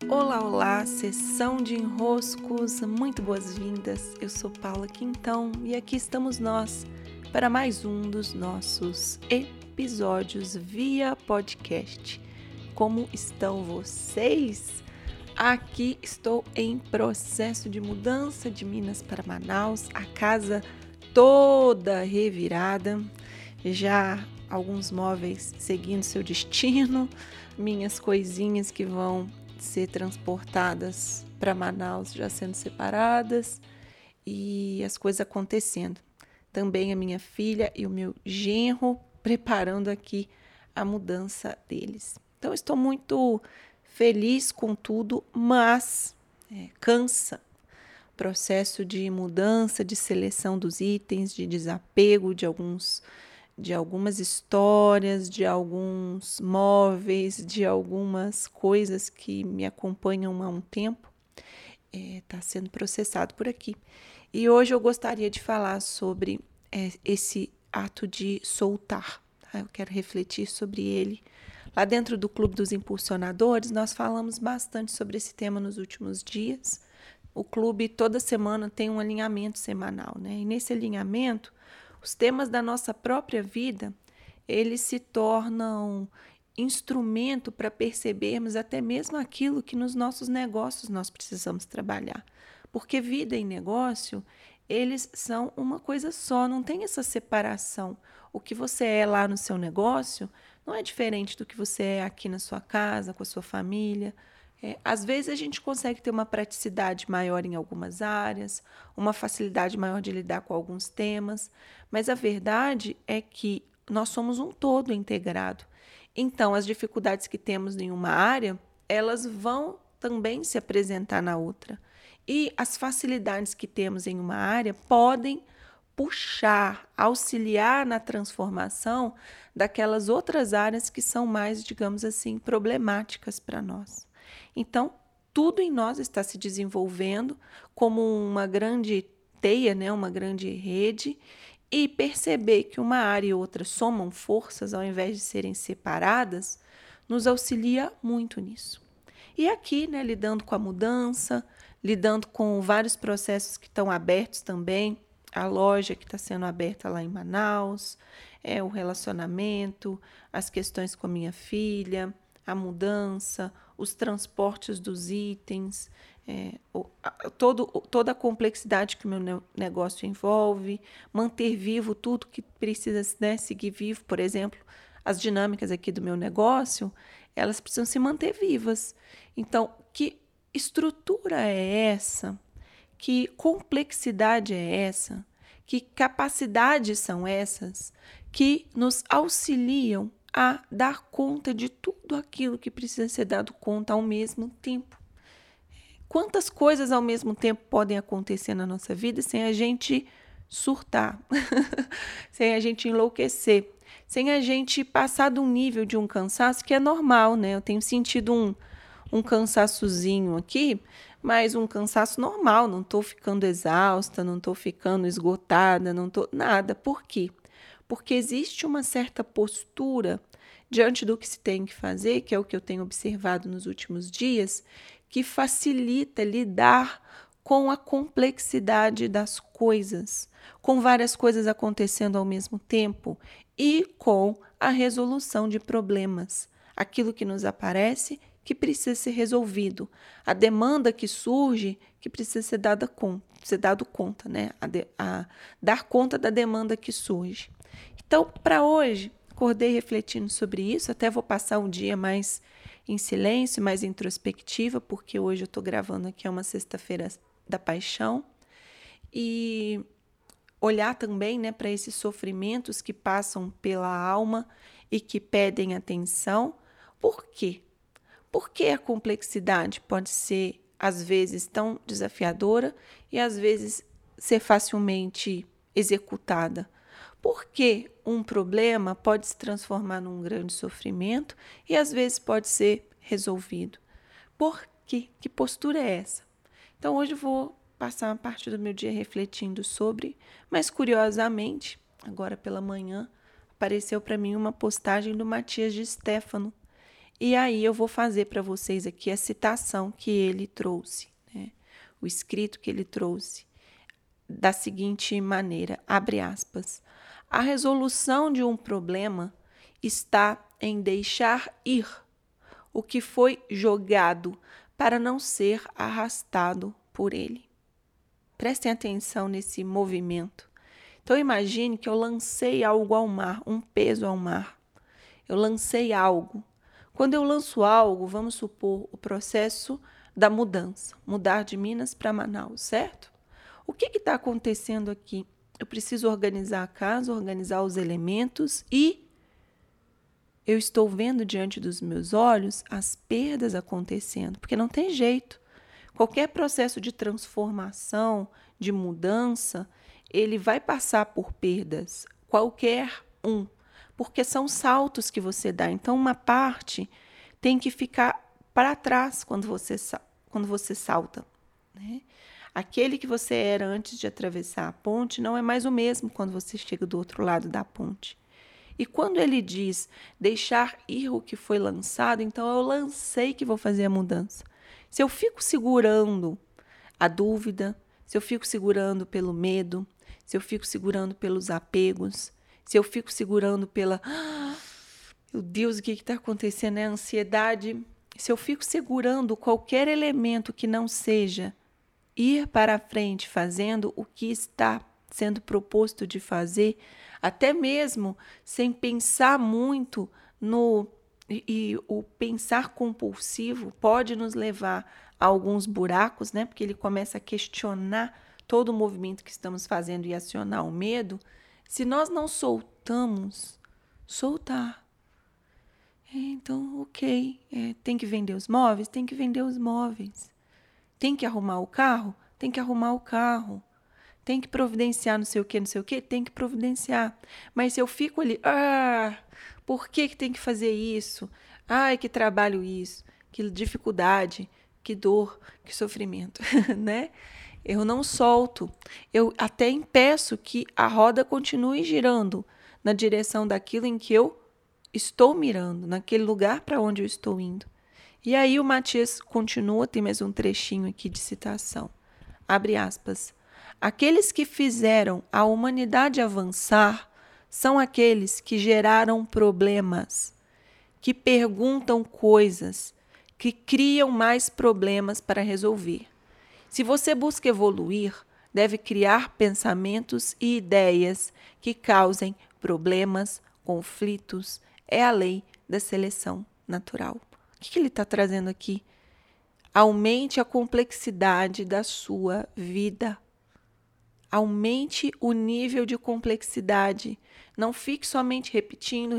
Olá, olá, sessão de enroscos, muito boas-vindas. Eu sou Paula Quintão e aqui estamos nós para mais um dos nossos episódios via podcast. Como estão vocês? Aqui estou em processo de mudança de Minas para Manaus, a casa toda revirada, já alguns móveis seguindo seu destino, minhas coisinhas que vão ser transportadas para Manaus já sendo separadas e as coisas acontecendo. Também a minha filha e o meu genro preparando aqui a mudança deles. Então estou muito feliz com tudo, mas cansa. Processo de mudança, de seleção dos itens, de desapego de algumas histórias, de alguns móveis, de algumas coisas que me acompanham há um tempo, está sendo processado por aqui. E hoje eu gostaria de falar sobre esse ato de soltar. Tá? Eu quero refletir sobre ele. Lá dentro do Clube dos Impulsionadores, nós falamos bastante sobre esse tema nos últimos dias. O clube toda semana tem um alinhamento semanal, né? E nesse alinhamento, os temas da nossa própria vida, eles se tornam instrumento para percebermos até mesmo aquilo que nos nossos negócios nós precisamos trabalhar. Porque vida e negócio, eles são uma coisa só, não tem essa separação. O que você é lá no seu negócio não é diferente do que você é aqui na sua casa, com a sua família. Às vezes a gente consegue ter uma praticidade maior em algumas áreas, uma facilidade maior de lidar com alguns temas, mas a verdade é que nós somos um todo integrado. Então, as dificuldades que temos em uma área, elas vão também se apresentar na outra. E as facilidades que temos em uma área podem puxar, auxiliar na transformação daquelas outras áreas que são mais, digamos assim, problemáticas para nós. Então, tudo em nós está se desenvolvendo como uma grande teia, né? Uma grande rede, e perceber que uma área e outra somam forças ao invés de serem separadas, nos auxilia muito nisso. E aqui, né, lidando com a mudança, lidando com vários processos que estão abertos também, a loja que está sendo aberta lá em Manaus, o relacionamento, as questões com a minha filha, a mudança, os transportes dos itens, toda a complexidade que o meu negócio envolve, manter vivo tudo que precisa, né, seguir vivo. Por exemplo, as dinâmicas aqui do meu negócio, elas precisam se manter vivas. Então, que estrutura é essa? Que complexidade é essa? Que capacidades são essas que nos auxiliam a dar conta de tudo aquilo que precisa ser dado conta ao mesmo tempo? Quantas coisas ao mesmo tempo podem acontecer na nossa vida sem a gente surtar, sem a gente enlouquecer, sem a gente passar de um nível de um cansaço que é normal, né? Eu tenho sentido um cansaçozinho aqui, mas um cansaço normal, não estou ficando exausta, não estou ficando esgotada, não estou nada. Por quê? Porque existe uma certa postura diante do que se tem que fazer, que é o que eu tenho observado nos últimos dias, que facilita lidar com a complexidade das coisas, com várias coisas acontecendo ao mesmo tempo e com a resolução de problemas. Aquilo que nos aparece que precisa ser resolvido, a demanda que surge que precisa ser dado conta, né? A dar conta da demanda que surge. Então, para hoje, acordei refletindo sobre isso, até vou passar um dia mais em silêncio, mais introspectiva, porque hoje eu estou gravando aqui, é uma sexta-feira da paixão, e olhar também, né, para esses sofrimentos que passam pela alma e que pedem atenção. Por quê? Porque a complexidade pode ser, às vezes, tão desafiadora e, às vezes, ser facilmente executada? Porque um problema pode se transformar num grande sofrimento e, às vezes, pode ser resolvido? Por quê? Que postura é essa? Então, hoje eu vou passar uma parte do meu dia refletindo sobre, mas, curiosamente, agora pela manhã, apareceu para mim uma postagem do Matias de Stefano. E aí eu vou fazer para vocês aqui a citação que ele trouxe, né? O escrito que ele trouxe, da seguinte maneira, abre aspas, a resolução de um problema está em deixar ir o que foi jogado para não ser arrastado por ele. Prestem atenção nesse movimento. Então imagine que eu lancei algo ao mar, um peso ao mar. Eu lancei algo. Quando eu lanço algo, vamos supor o processo da mudança, mudar de Minas para Manaus, certo? O que está acontecendo aqui? Eu preciso organizar a casa, organizar os elementos e eu estou vendo diante dos meus olhos as perdas acontecendo, porque não tem jeito. Qualquer processo de transformação, de mudança, ele vai passar por perdas, qualquer um, porque são saltos que você dá. Então, uma parte tem que ficar para trás quando você salta, né? Aquele que você era antes de atravessar a ponte não é mais o mesmo quando você chega do outro lado da ponte. E quando ele diz deixar ir o que foi lançado, então eu lancei que vou fazer a mudança. Se eu fico segurando a dúvida, se eu fico segurando pelo medo, se eu fico segurando pelos apegos, se eu fico segurando pela... meu Deus, o que está acontecendo? É a ansiedade. Se eu fico segurando qualquer elemento que não seja ir para a frente fazendo o que está sendo proposto de fazer, até mesmo sem pensar muito no... E o pensar compulsivo pode nos levar a alguns buracos, né? Porque ele começa a questionar todo o movimento que estamos fazendo e acionar o medo. Se nós não soltar. Então, ok. Tem que vender os móveis? Tem que vender os móveis. Tem que arrumar o carro? Tem que arrumar o carro. Tem que providenciar não sei o quê? Tem que providenciar. Mas se eu fico ali, por que tem que fazer isso? Ai, que trabalho isso, que dificuldade, que dor, que sofrimento, né? Eu não solto. Eu até impeço que a roda continue girando na direção daquilo em que eu estou mirando, naquele lugar para onde eu estou indo. E aí o Matias continua, tem mais um trechinho aqui de citação. Abre aspas. Aqueles que fizeram a humanidade avançar são aqueles que geraram problemas, que perguntam coisas, que criam mais problemas para resolver. Se você busca evoluir, deve criar pensamentos e ideias que causem problemas, conflitos. É a lei da seleção natural. O que ele está trazendo aqui? Aumente a complexidade da sua vida. Aumente o nível de complexidade. Não fique somente repetindo,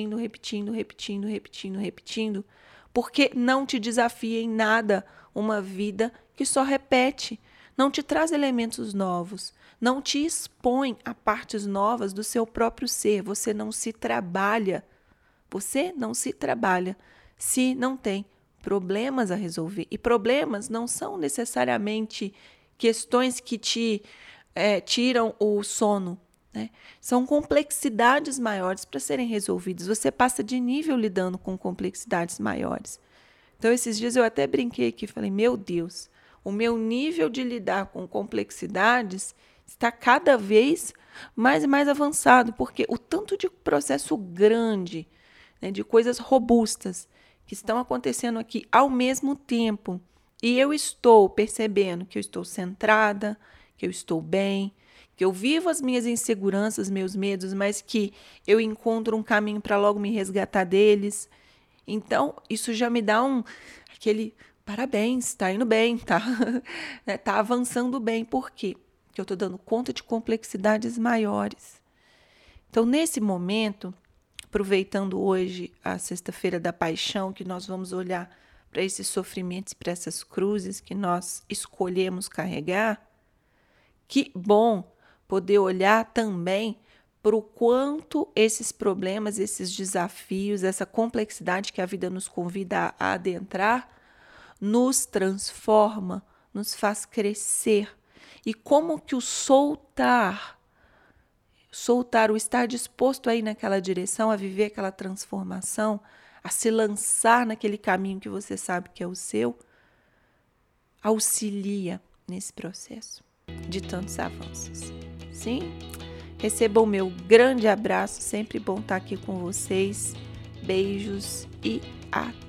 porque não te desafia em nada uma vida que só repete. Não te traz elementos novos. Não te expõe a partes novas do seu próprio ser. Você não se trabalha. Você não se trabalha se não tem problemas a resolver. E problemas não são necessariamente questões que te tiram o sono, né? São complexidades maiores para serem resolvidas. Você passa de nível lidando com complexidades maiores. Então, esses dias eu até brinquei aqui, falei, meu Deus, o meu nível de lidar com complexidades está cada vez mais e mais avançado, porque o tanto de processo grande, né, de coisas robustas que estão acontecendo aqui ao mesmo tempo, e eu estou percebendo que eu estou centrada, que eu estou bem, que eu vivo as minhas inseguranças, meus medos, mas que eu encontro um caminho para logo me resgatar deles. Então, isso já me dá aquele parabéns, está indo bem, tá avançando bem. Por quê? Porque eu estou dando conta de complexidades maiores. Então, nesse momento, aproveitando hoje a Sexta-feira da Paixão, que nós vamos olhar para esses sofrimentos, para essas cruzes que nós escolhemos carregar, que bom poder olhar também para o quanto esses problemas, esses desafios, essa complexidade que a vida nos convida a adentrar, nos transforma, nos faz crescer. E como que o soltar, o estar disposto a ir naquela direção, a viver aquela transformação, a se lançar naquele caminho que você sabe que é o seu, auxilia nesse processo de tantos avanços. Sim? Receba o meu grande abraço, sempre bom estar aqui com vocês. Beijos e até!